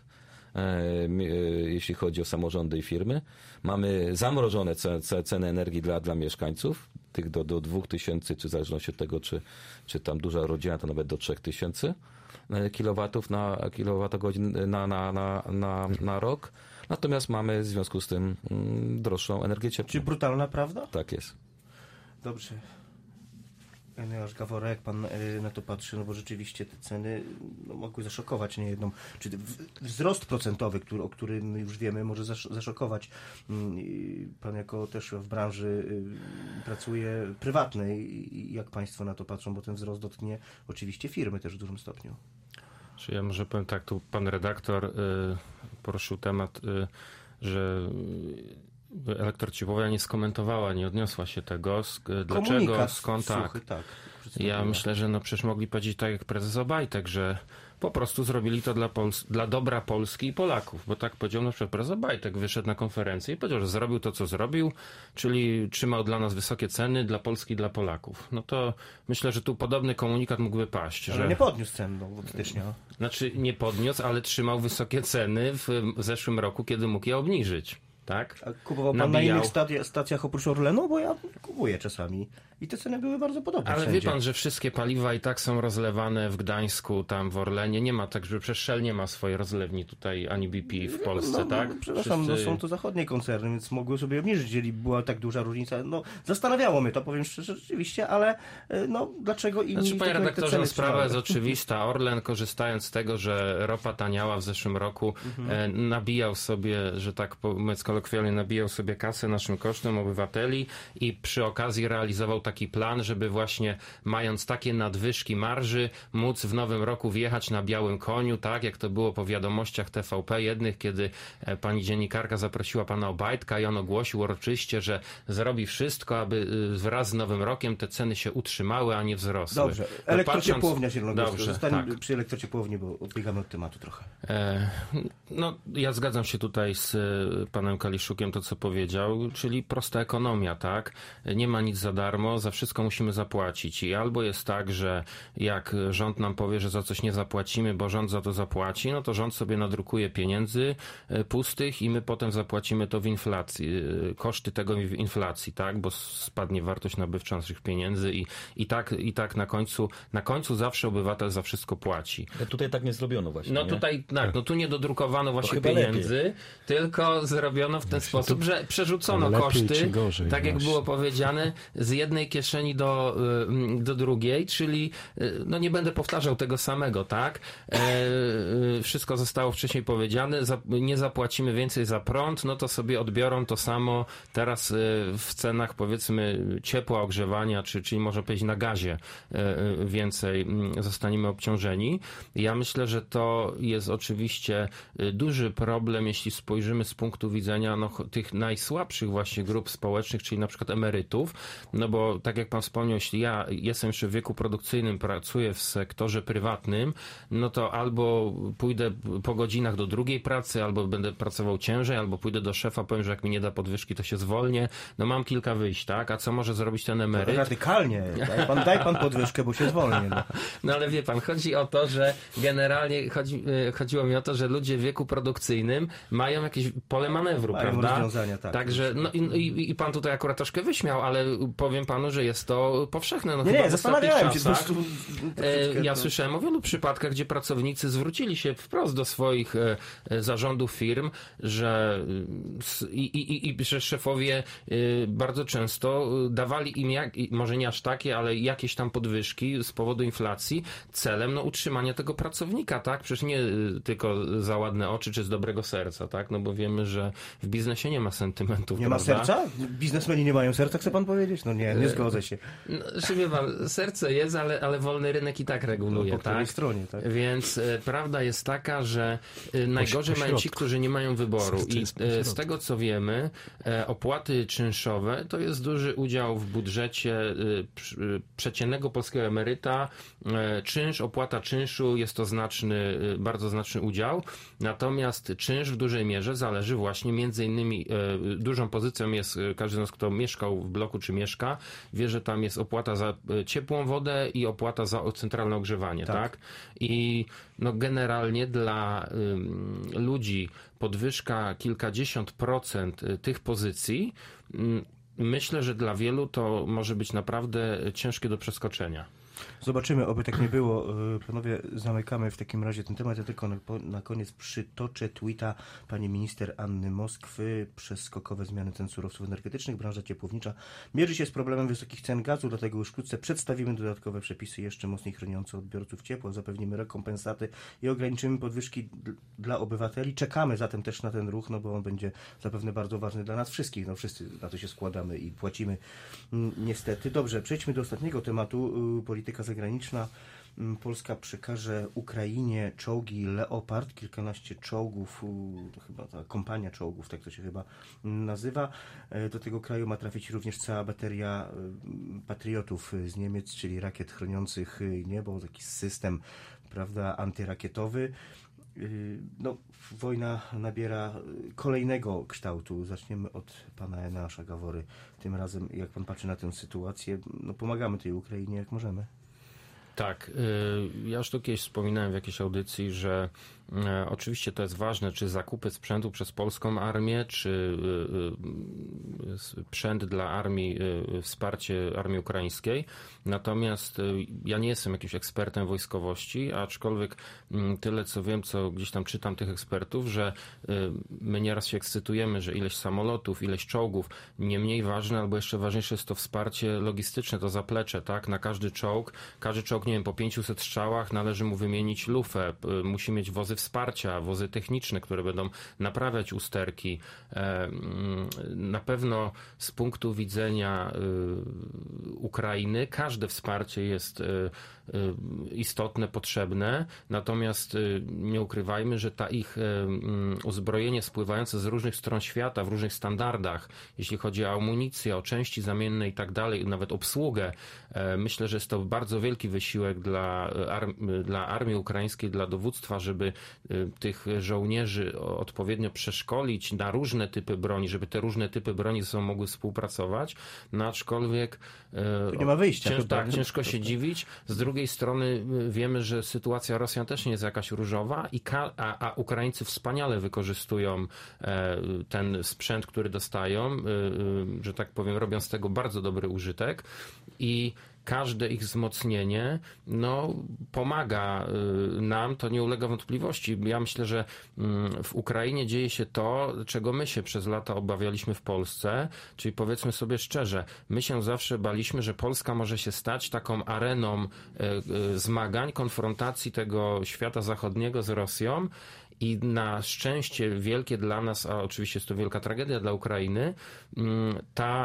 jeśli chodzi o samorządy i firmy. Mamy zamrożone ceny energii dla, dla mieszkańców, tych do, do dwóch tysięcy, czy w zależności od tego, czy, czy tam duża rodzina, to nawet do trzech tysięcy kilowatów na kilowatogodzin na, na, na, na, na rok. Natomiast mamy w związku z tym droższą energię ciepłą. Czy brutalna prawda? Tak jest. Dobrze. Panie Gawora, jak pan na to patrzy, no bo rzeczywiście te ceny no, mogły zaszokować niejedną. Czy wzrost procentowy, który, o którym już wiemy, może zaszokować. Pan jako też w branży pracuje prywatnej. Jak państwo na to patrzą, bo ten wzrost dotknie oczywiście firmy też w dużym stopniu. Czy ja może powiem tak, tu pan redaktor y, poruszył temat, y, że Elektrociepłownia nie skomentowała, nie odniosła się tego. Dlaczego, Komunikat skąd suchy, tak? tak. Ja myślę, że no przecież mogli powiedzieć tak jak prezes Obajtek, że po prostu zrobili to dla, Pols- dla dobra Polski i Polaków, bo tak powiedział na przykład prezes Obajtek, wyszedł na konferencję i powiedział, że zrobił to, co zrobił, czyli trzymał dla nas wysokie ceny, dla Polski i dla Polaków. No to myślę, że tu podobny komunikat mógłby paść. Ale że... nie podniósł cen no, od stycznia. Znaczy nie podniósł, ale trzymał wysokie ceny w zeszłym roku, kiedy mógł je obniżyć. Tak? A kupował pan Nabijał. na innych stadia, stacjach oprócz Orlenu? Bo ja kupuję czasami. I te ceny były bardzo podobne. Ale wszędzie. wie pan, że wszystkie paliwa i tak są rozlewane w Gdańsku, tam w Orlenie. Nie ma tak, że przecież Shell nie ma swojej rozlewni tutaj, ani B P w Polsce, no, tak? No, przepraszam, Wszyscy... no, są to zachodnie koncerny, więc mogły sobie obniżyć, jeżeli była tak duża różnica. No, zastanawiało mnie to, powiem szczerze, rzeczywiście, ale no, dlaczego inni... Znaczy, panie redaktorze, no, sprawa jest trzymały? oczywista. Orlen, korzystając z tego, że ropa taniała w zeszłym roku, mhm. e, nabijał sobie, że tak mówiąc kolokwialnie, nabijał sobie kasę naszym kosztem obywateli i przy okazji realizował taki plan, żeby właśnie mając takie nadwyżki marży, móc w nowym roku wjechać na białym koniu, tak jak to było po wiadomościach T V P jednych, kiedy e, pani dziennikarka zaprosiła pana Obajtka i on ogłosił uroczyście, że zrobi wszystko, aby y, wraz z nowym rokiem te ceny się utrzymały, a nie wzrosły. Dobrze, no, elektrociepłownia się Dobrze, Zostańmy tak. przy elektrociepłowni, bo odbiegamy od tematu trochę. E, no, ja zgadzam się tutaj z y, panem Kaliszukiem, to co powiedział, czyli prosta ekonomia, tak? Nie ma nic za darmo, za wszystko musimy zapłacić i albo jest tak, że jak rząd nam powie, że za coś nie zapłacimy, bo rząd za to zapłaci, no to rząd sobie nadrukuje pieniędzy y, pustych i my potem zapłacimy to w inflacji, y, koszty tego w inflacji, tak? Bo spadnie wartość nabywcza naszych pieniędzy i, i tak, i tak na końcu, na końcu zawsze obywatel za wszystko płaci. Ale tutaj tak nie zrobiono właśnie. No nie? tutaj, tak, no tu nie dodrukowano właśnie pieniędzy, lepiej. Tylko zrobiono w ten właśnie sposób, że przerzucono koszty, gorzej, tak jak właśnie. Było powiedziane, z jednej kieszeni do, do drugiej, czyli no nie będę powtarzał tego samego, tak? E, wszystko zostało wcześniej powiedziane, za, nie zapłacimy więcej za prąd, no to sobie odbiorą to samo teraz w cenach powiedzmy ciepła, ogrzewania, czy, czyli można powiedzieć na gazie więcej zostaniemy obciążeni. Ja myślę, że to jest oczywiście duży problem, jeśli spojrzymy z punktu widzenia wynagrodzenia no, tych najsłabszych właśnie grup społecznych, czyli na przykład emerytów, no bo tak jak pan wspomniał, jeśli ja jestem jeszcze w wieku produkcyjnym, pracuję w sektorze prywatnym, no to albo pójdę po godzinach do drugiej pracy, albo będę pracował ciężej, albo pójdę do szefa, powiem, że jak mi nie da podwyżki, to się zwolnię. No mam kilka wyjść, tak? A co może zrobić ten emeryt? Radykalnie. Daj pan, daj pan podwyżkę, bo się zwolnię. No. no ale wie pan, chodzi o to, że generalnie chodzi, chodziło mi o to, że ludzie w wieku produkcyjnym mają jakieś pole manewru, mają prawda? rozwiązania, tak. Także, no i, i, i pan tutaj akurat troszkę wyśmiał, ale powiem panu, że jest to powszechne. No, nie, chyba nie, w zastanawiałem się. czasach, e, ja to... słyszałem o wielu przypadkach, gdzie pracownicy zwrócili się wprost do swoich e, zarządów firm, że, i, i, i, że szefowie e, bardzo często dawali im, jak, może nie aż takie, ale jakieś tam podwyżki z powodu inflacji, celem no, utrzymania tego pracownika, tak? Przecież nie tylko za ładne oczy, czy z dobrego serca, tak? No bo wiemy, że w biznesie nie ma sentymentów, Nie prawda? ma serca? Biznesmeni nie mają serca, chce pan powiedzieć? No nie, nie zgodzę się. No, wie pan, serce jest, ale, ale wolny rynek i tak reguluje, no, po której tak? stronie, tak? Więc e, prawda jest taka, że e, najgorzej po mają ci, środku. którzy nie mają wyboru. Serce I jest po e, z środku. tego, co wiemy, e, opłaty czynszowe to jest duży udział w budżecie e, pr- e, przeciętnego polskiego emeryta. E, czynsz, opłata czynszu jest to znaczny, e, bardzo znaczny udział. Natomiast czynsz w dużej mierze zależy właśnie między innymi, e, dużą pozycją jest e, każdy z nas, kto mieszkał w bloku czy mieszka, wie, że tam jest opłata za e, ciepłą wodę i opłata za centralne ogrzewanie, tak? tak? I no generalnie dla ym, ludzi podwyżka kilkadziesiąt procent tych pozycji, ym, myślę, że dla wielu to może być naprawdę ciężkie do przeskoczenia. Zobaczymy, oby tak nie było. Panowie, zamykamy w takim razie ten temat. Ja tylko na, na koniec przytoczę tweeta pani minister Anny Moskwy. Przeskokowe zmiany cen surowców energetycznych. Branża ciepłownicza mierzy się z problemem wysokich cen gazu, dlatego już wkrótce przedstawimy dodatkowe przepisy jeszcze mocniej chroniące odbiorców ciepła. Zapewnimy rekompensaty i ograniczymy podwyżki d- dla obywateli. Czekamy zatem też na ten ruch, no bo on będzie zapewne bardzo ważny dla nas wszystkich. No wszyscy na to się składamy i płacimy niestety. Dobrze, przejdźmy do ostatniego tematu. Polityka zagraniczna. Polska przekaże Ukrainie czołgi Leopard, kilkanaście czołgów, to chyba ta kompania czołgów, tak to się chyba nazywa. Do tego kraju ma trafić również cała bateria patriotów z Niemiec, czyli rakiet chroniących niebo, taki system, prawda, antyrakietowy. No, wojna nabiera kolejnego kształtu. Zaczniemy od pana Eneasza Gawory. Tym razem, jak pan patrzy na tę sytuację, no pomagamy tej Ukrainie jak możemy. Tak, ja już tu kiedyś wspominałem w jakiejś audycji, że oczywiście to jest ważne, czy zakupy sprzętu przez polską armię, czy sprzęt dla armii, wsparcie armii ukraińskiej. Natomiast ja nie jestem jakimś ekspertem wojskowości, aczkolwiek tyle co wiem, co gdzieś tam czytam tych ekspertów, że my nieraz się ekscytujemy, że ileś samolotów, ileś czołgów, nie mniej ważne, albo jeszcze ważniejsze jest to wsparcie logistyczne, to zaplecze, tak? Na każdy czołg, każdy czołg, nie wiem, po pięciuset strzałach należy mu wymienić lufę, musi mieć wozy wsparcia, wozy techniczne, które będą naprawiać usterki. Na pewno z punktu widzenia Ukrainy każde wsparcie jest istotne, potrzebne, natomiast nie ukrywajmy, że ta ich uzbrojenie spływające z różnych stron świata, w różnych standardach, jeśli chodzi o amunicję, o części zamienne i tak dalej, nawet obsługę, myślę, że jest to bardzo wielki wysiłek dla, arm- dla armii ukraińskiej, dla dowództwa, żeby tych żołnierzy odpowiednio przeszkolić na różne typy broni, żeby te różne typy broni ze sobą mogły współpracować, no aczkolwiek tu nie ma wyjścia. Cięż, chyba, tak, nie? ciężko się dziwić. Z drugiej strony wiemy, że sytuacja Rosjan też nie jest jakaś różowa, i ka- a, a Ukraińcy wspaniale wykorzystują e, ten sprzęt, który dostają, e, e, że tak powiem, robią z tego bardzo dobry użytek i każde ich wzmocnienie no, pomaga nam, to nie ulega wątpliwości. Ja myślę, że w Ukrainie dzieje się to, czego my się przez lata obawialiśmy w Polsce, czyli powiedzmy sobie szczerze, my się zawsze baliśmy, że Polska może się stać taką areną zmagań, konfrontacji tego świata zachodniego z Rosją, i na szczęście wielkie dla nas, a oczywiście jest to wielka tragedia dla Ukrainy, ta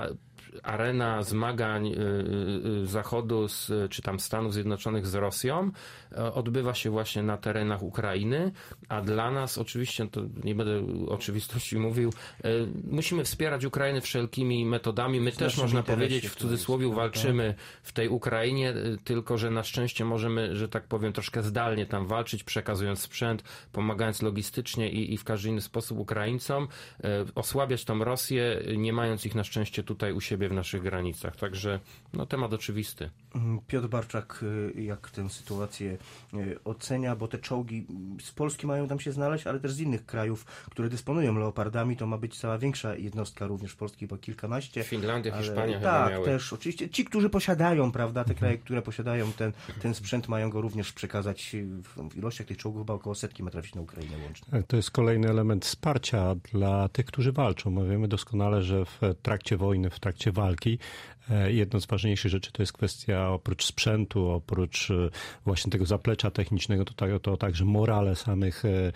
arena zmagań Zachodu z, czy tam Stanów Zjednoczonych z Rosją odbywa się właśnie na terenach Ukrainy, a dla nas oczywiście, to nie będę oczywistości mówił, musimy wspierać Ukrainę wszelkimi metodami. My też, można powiedzieć, w cudzysłowie walczymy w tej Ukrainie, tylko że na szczęście możemy, że tak powiem, troszkę zdalnie tam walczyć, przekazując sprzęt, pomagając logistycznie i, i w każdy inny sposób Ukraińcom, osłabiać tą Rosję, nie mając ich na szczęście tutaj u siebie w naszych granicach. Także no, temat oczywisty. Piotr Barczak, jak tę sytuację ocenia, bo te czołgi z Polski mają tam się znaleźć, ale też z innych krajów, które dysponują leopardami, to ma być cała większa jednostka również Polski, bo kilkanaście. Finlandia, ale, Hiszpania tak, chyba miały. też oczywiście. Ci, którzy posiadają, prawda, te kraje, które posiadają ten, ten sprzęt, mają go również przekazać w ilościach tych czołgów, chyba około setki ma trafić na Ukrainę łącznie. To jest kolejny element wsparcia dla tych, którzy walczą. My wiemy doskonale, że w trakcie wojny, w trakcie walki jedną z ważniejszych rzeczy to jest kwestia oprócz sprzętu, oprócz właśnie tego zaplecza technicznego, to, to także morale samych e,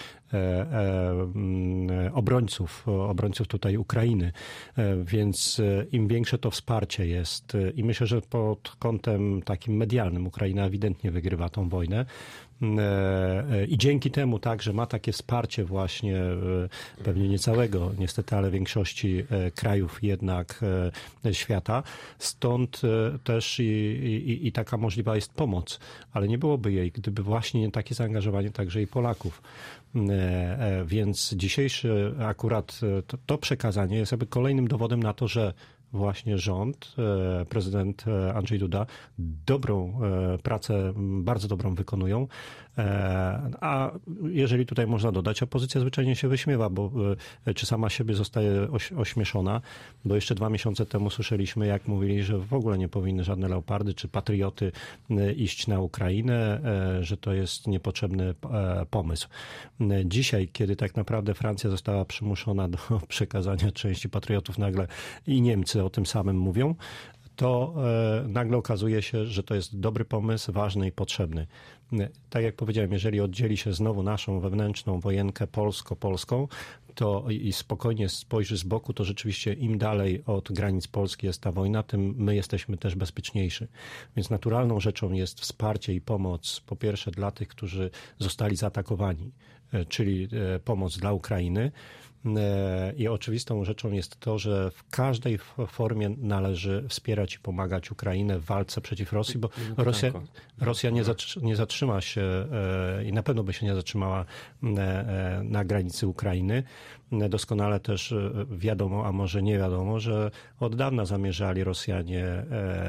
e, obrońców, obrońców tutaj Ukrainy. E, więc im większe to wsparcie jest i myślę, że pod kątem takim medialnym Ukraina ewidentnie wygrywa tą wojnę. I dzięki temu także ma takie wsparcie właśnie pewnie nie całego, niestety, ale większości krajów jednak świata. Stąd też i, i, i taka możliwa jest pomoc, ale nie byłoby jej, gdyby właśnie nie takie zaangażowanie także i Polaków. Więc dzisiejszy akurat to, to przekazanie jest jakby kolejnym dowodem na to, że właśnie rząd, prezydent Andrzej Duda dobrą pracę, bardzo dobrą wykonują, a jeżeli tutaj można dodać, opozycja zwyczajnie się wyśmiewa, bo czy sama siebie zostaje ośmieszona, bo jeszcze dwa miesiące temu słyszeliśmy, jak mówili, że w ogóle nie powinny żadne leopardy czy patrioty iść na Ukrainę, że to jest niepotrzebny pomysł. Dzisiaj, kiedy tak naprawdę Francja została przymuszona do przekazania części patriotów nagle i Niemcy o tym samym mówią, to e, nagle okazuje się, że to jest dobry pomysł, ważny i potrzebny. Tak jak powiedziałem, jeżeli oddzieli się znowu naszą wewnętrzną wojenkę polsko-polską, to i spokojnie spojrzy z boku, to rzeczywiście im dalej od granic Polski jest ta wojna, tym my jesteśmy też bezpieczniejsi. Więc naturalną rzeczą jest wsparcie i pomoc, po pierwsze dla tych, którzy zostali zaatakowani, czyli pomoc dla Ukrainy. I oczywistą rzeczą jest to, że w każdej formie należy wspierać i pomagać Ukrainę w walce przeciw Rosji, bo Rosja, Rosja nie, zatrzy, nie zatrzyma się i na pewno by się nie zatrzymała na granicy Ukrainy. Doskonale też wiadomo, a może nie wiadomo, że od dawna zamierzali Rosjanie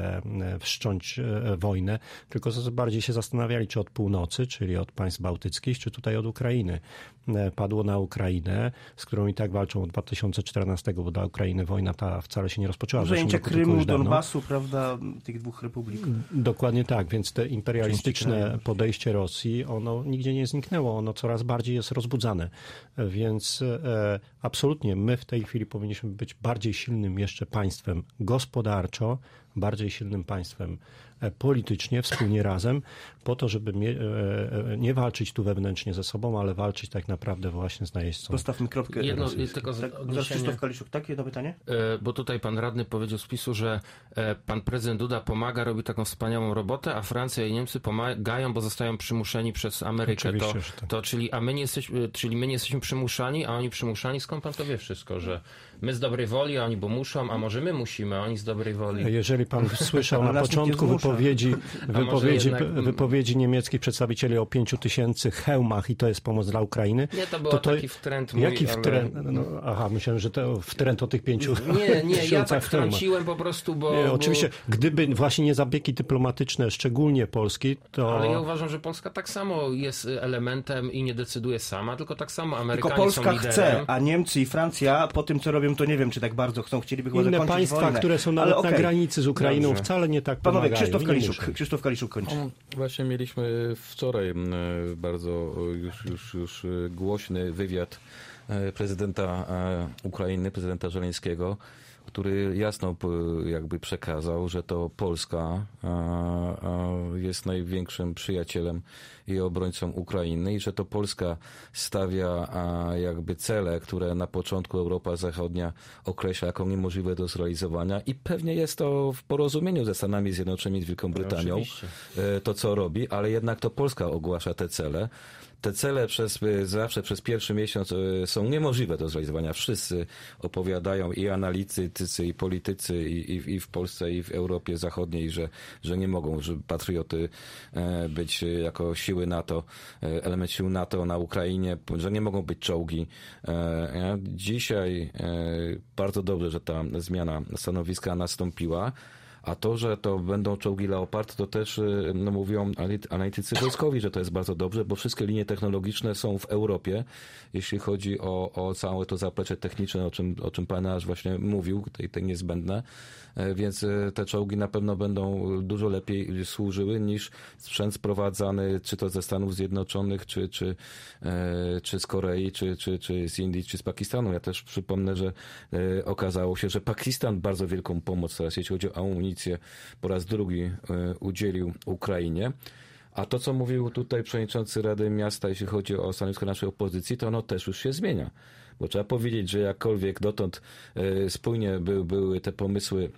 wszcząć wojnę, tylko bardziej się zastanawiali, czy od północy, czyli od państw bałtyckich, czy tutaj od Ukrainy. Padło na Ukrainę, z którą i tak walczą od dwa tysiące czternastego, bo dla Ukrainy wojna ta wcale się nie rozpoczęła. Zajęcie Krymu, Donbasu, prawda, tych dwóch republik. Dokładnie tak, więc te imperialistyczne podejście Rosji, ono nigdzie nie zniknęło, ono coraz bardziej jest rozbudzane. Więc e, absolutnie my w tej chwili powinniśmy być bardziej silnym jeszcze państwem gospodarczo, bardziej silnym państwem politycznie, wspólnie razem, po to, żeby nie walczyć tu wewnętrznie ze sobą, ale walczyć tak naprawdę właśnie z najeźdźcą. Postawmy kropkę. Jedno, tylko z tak, Krzysztof Kaliszuk, tak? Jedno pytanie? Bo tutaj pan radny powiedział z PiSu, że pan prezydent Duda pomaga, robi taką wspaniałą robotę, a Francja i Niemcy pomagają, bo zostają przymuszeni przez Amerykę. To, tak. to czyli, a my nie jesteśmy, czyli my nie jesteśmy przymuszani, a oni przymuszani? Skąd pan to wie wszystko, że my z dobrej woli, a oni bo muszą, a może my musimy, a oni z dobrej woli? Jeżeli pan słyszał na początku wypowiedzi, wypowiedzi, jednak... wypowiedzi niemieckich przedstawicieli o pięciu tysięcy hełmach i to jest pomoc dla Ukrainy. Nie, to był to, to, taki wtręt mój, Jaki ale... wtręt? No, aha, myślałem, że to wtręt o tych pięciu Nie, nie, ja tak hełmach. wtrąciłem po prostu, bo... Nie, oczywiście, bo... gdyby właśnie nie zabiegi dyplomatyczne, szczególnie Polski, to... Ale ja uważam, że Polska tak samo jest elementem i nie decyduje sama, tylko tak samo Amerykanie tylko Polska są liderem. chce, a Niemcy i Francja po tym, co robią, to nie wiem, czy tak bardzo chcą, chcieliby chyba Inne zakończyć państwa, wojnę. które są nawet okay. na granicy z Ukrainą, Dobrze. wcale nie tak Panowie, pomagają. Krzysztof Kaliszuk, Krzysztof Kaliszuk kończy. Właśnie mieliśmy wczoraj bardzo już, już, już głośny wywiad prezydenta Ukrainy, prezydenta Żeleńskiego. który jasno jakby przekazał, że to Polska jest największym przyjacielem i obrońcą Ukrainy i że to Polska stawia jakby cele, które na początku Europa Zachodnia określa jako niemożliwe do zrealizowania i pewnie jest to w porozumieniu ze Stanami Zjednoczonymi, z Wielką Brytanią, no, to co robi, ale jednak to Polska ogłasza te cele. Te cele przez, zawsze przez pierwszy miesiąc są niemożliwe do zrealizowania. Wszyscy opowiadają, i analitycy, i politycy, i, i, i w Polsce, i w Europie Zachodniej, że, że nie mogą, że patrioty być jako siły NATO, element sił NATO na Ukrainie, że nie mogą być czołgi. Dzisiaj bardzo dobrze, że ta zmiana stanowiska nastąpiła. A to, że to będą czołgi Leopard, to też no, mówią analitycy wojskowi, że to jest bardzo dobrze, bo wszystkie linie technologiczne są w Europie, jeśli chodzi o, o całe to zaplecze techniczne, o czym, o czym pan aż właśnie mówił, te, te niezbędne, więc te czołgi na pewno będą dużo lepiej służyły niż sprzęt sprowadzany czy to ze Stanów Zjednoczonych, czy, czy, czy z Korei, czy, czy, czy z Indii, czy z Pakistanu. Ja też przypomnę, że okazało się, że Pakistan bardzo wielką pomoc teraz, jeśli chodzi o amunicję, po raz drugi udzielił Ukrainie. A to, co mówił tutaj przewodniczący Rady Miasta, jeśli chodzi o stanowisko naszej opozycji, to ono też już się zmienia. Bo trzeba powiedzieć, że jakkolwiek dotąd spójnie były, były te pomysły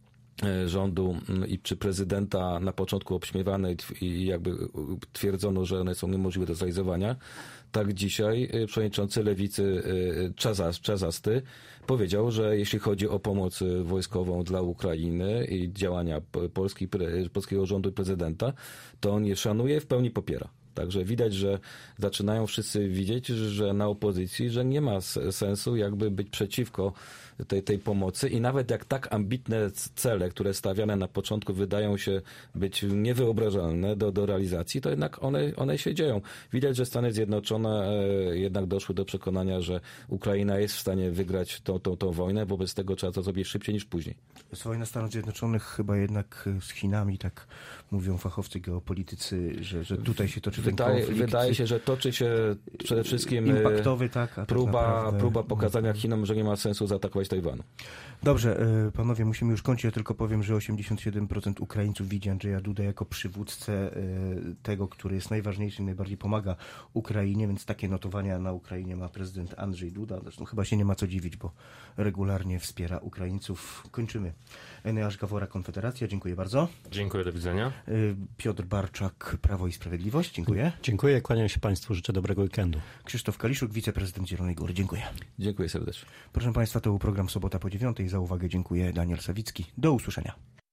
rządu i czy prezydenta na początku obśmiewane i jakby twierdzono, że one są niemożliwe do zrealizowania, tak dzisiaj przewodniczący Lewicy Czarzasty powiedział, że jeśli chodzi o pomoc wojskową dla Ukrainy i działania Polski, polskiego rządu i prezydenta, to on je szanuje i w pełni popiera. Także widać, że zaczynają wszyscy widzieć, że na opozycji, że nie ma sensu jakby być przeciwko tej, tej pomocy i nawet jak tak ambitne cele, które stawiane na początku wydają się być niewyobrażalne do, do realizacji, to jednak one, one się dzieją. Widać, że Stany Zjednoczone jednak doszły do przekonania, że Ukraina jest w stanie wygrać tą, tą, tą wojnę, wobec tego trzeba to zrobić szybciej niż później. Wojna Stanów Zjednoczonych chyba jednak z Chinami, tak mówią fachowcy geopolitycy, że, że tutaj się toczy wydaje, ten konflikt. Wydaje się, że toczy się przede wszystkim impaktowy, tak, a próba, tak naprawdę... próba pokazania Chinom, że nie ma sensu zaatakować Tajwanu. Dobrze, panowie, musimy już kończyć. Ja tylko powiem, że osiemdziesiąt siedem procent Ukraińców widzi Andrzeja Dudę jako przywódcę tego, który jest najważniejszy i najbardziej pomaga Ukrainie, więc takie notowania na Ukrainie ma prezydent Andrzej Duda. Zresztą chyba się nie ma co dziwić, bo regularnie wspiera Ukraińców. Kończymy. Eneasz Gawora, Konfederacja. Dziękuję bardzo. Dziękuję, do widzenia. Piotr Barczak, Prawo i Sprawiedliwość. Dziękuję. Dziękuję, kłaniam się państwu, życzę dobrego weekendu. Krzysztof Kaliszuk, wiceprezydent Zielonej Góry. Dziękuję. Dziękuję serdecznie. Proszę państwa, to był program Sobota po dziewiątej. Za uwagę dziękuję. Daniel Sawicki. Do usłyszenia.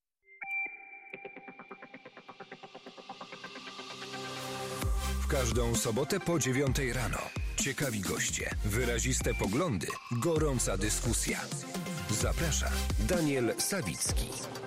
W każdą sobotę po dziewiątej rano. Ciekawi goście, wyraziste poglądy, gorąca dyskusja. Zaprasza Daniel Sawicki.